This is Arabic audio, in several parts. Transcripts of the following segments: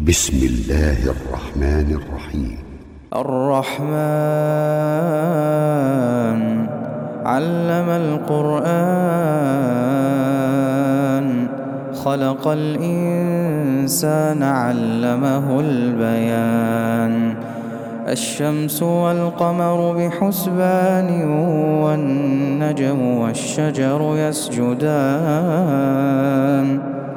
بسم الله الرحمن الرحيم. الرحمن علم القرآن خلق الإنسان علمه البيان. الشمس والقمر بحسبان والنجم والشجر يسجدان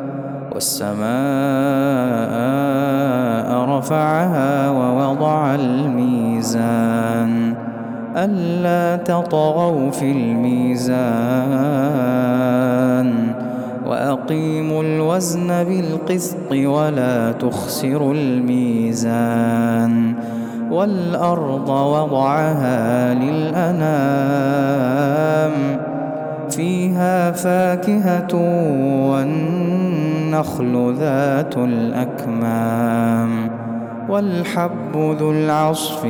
والسماء رفعها ووضع الميزان ألا تطغوا في الميزان وأقيموا الوزن بالقسط ولا تخسروا الميزان والأرض وضعها للأنام فيها فاكهة والنخل ذات الأكمام والحب ذو العصف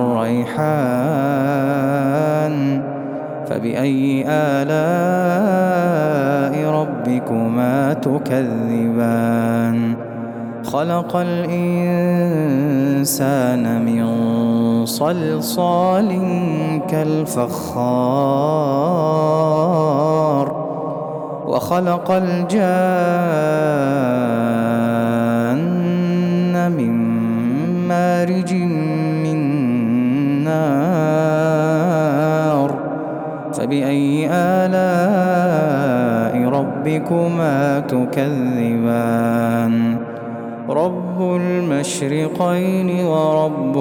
والريحان فبأي آلاء ربكما تكذبان خلق الإنسان من صلصال كالفخار وخلق الجان من مارج من نار فبأي آلاء ربكما تكذبان رب المشرقين ورب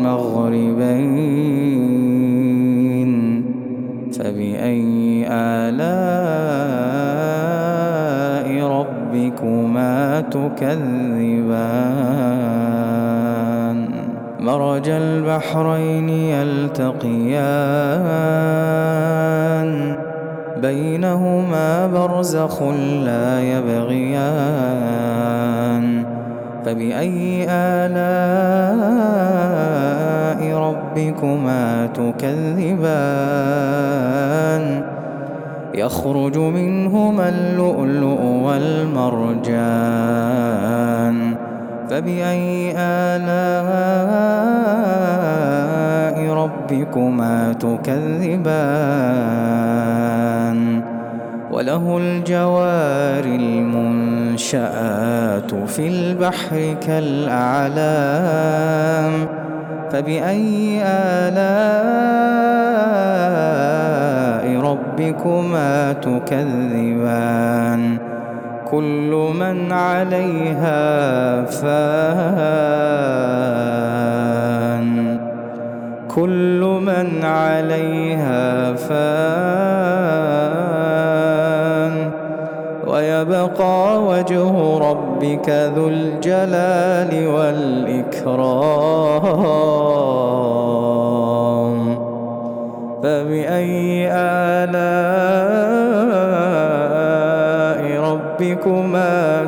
المغربين فبأي آلاء ربكما تكذبان مرج البحرين يلتقيان بينهما برزخ لا يبغيان فبأي آلاء ربكما تكذبان يخرج منهما اللؤلؤ والمرجان فبأي آلاء ربكما تكذبان وله الجوار المنشآت في البحر كالأعلام فبأي آلاء ربكما تكذبان كل من عليها فان كل من عليها فان ويبقى وجه ربك ذو الجلال والإكرام فبأي آلاء ربكما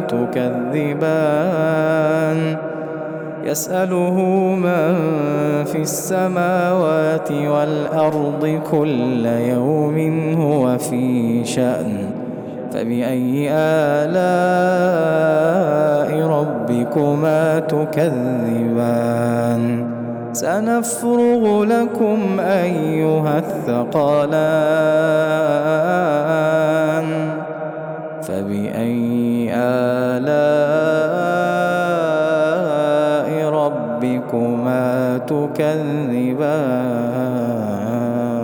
تكذبان يسأله من في السماوات والأرض كل يوم هو في شأن فبأي آلاء ربكما تكذبان سنفرغ لكم أيها الثقلان فبأي آلاء ربكما تكذبان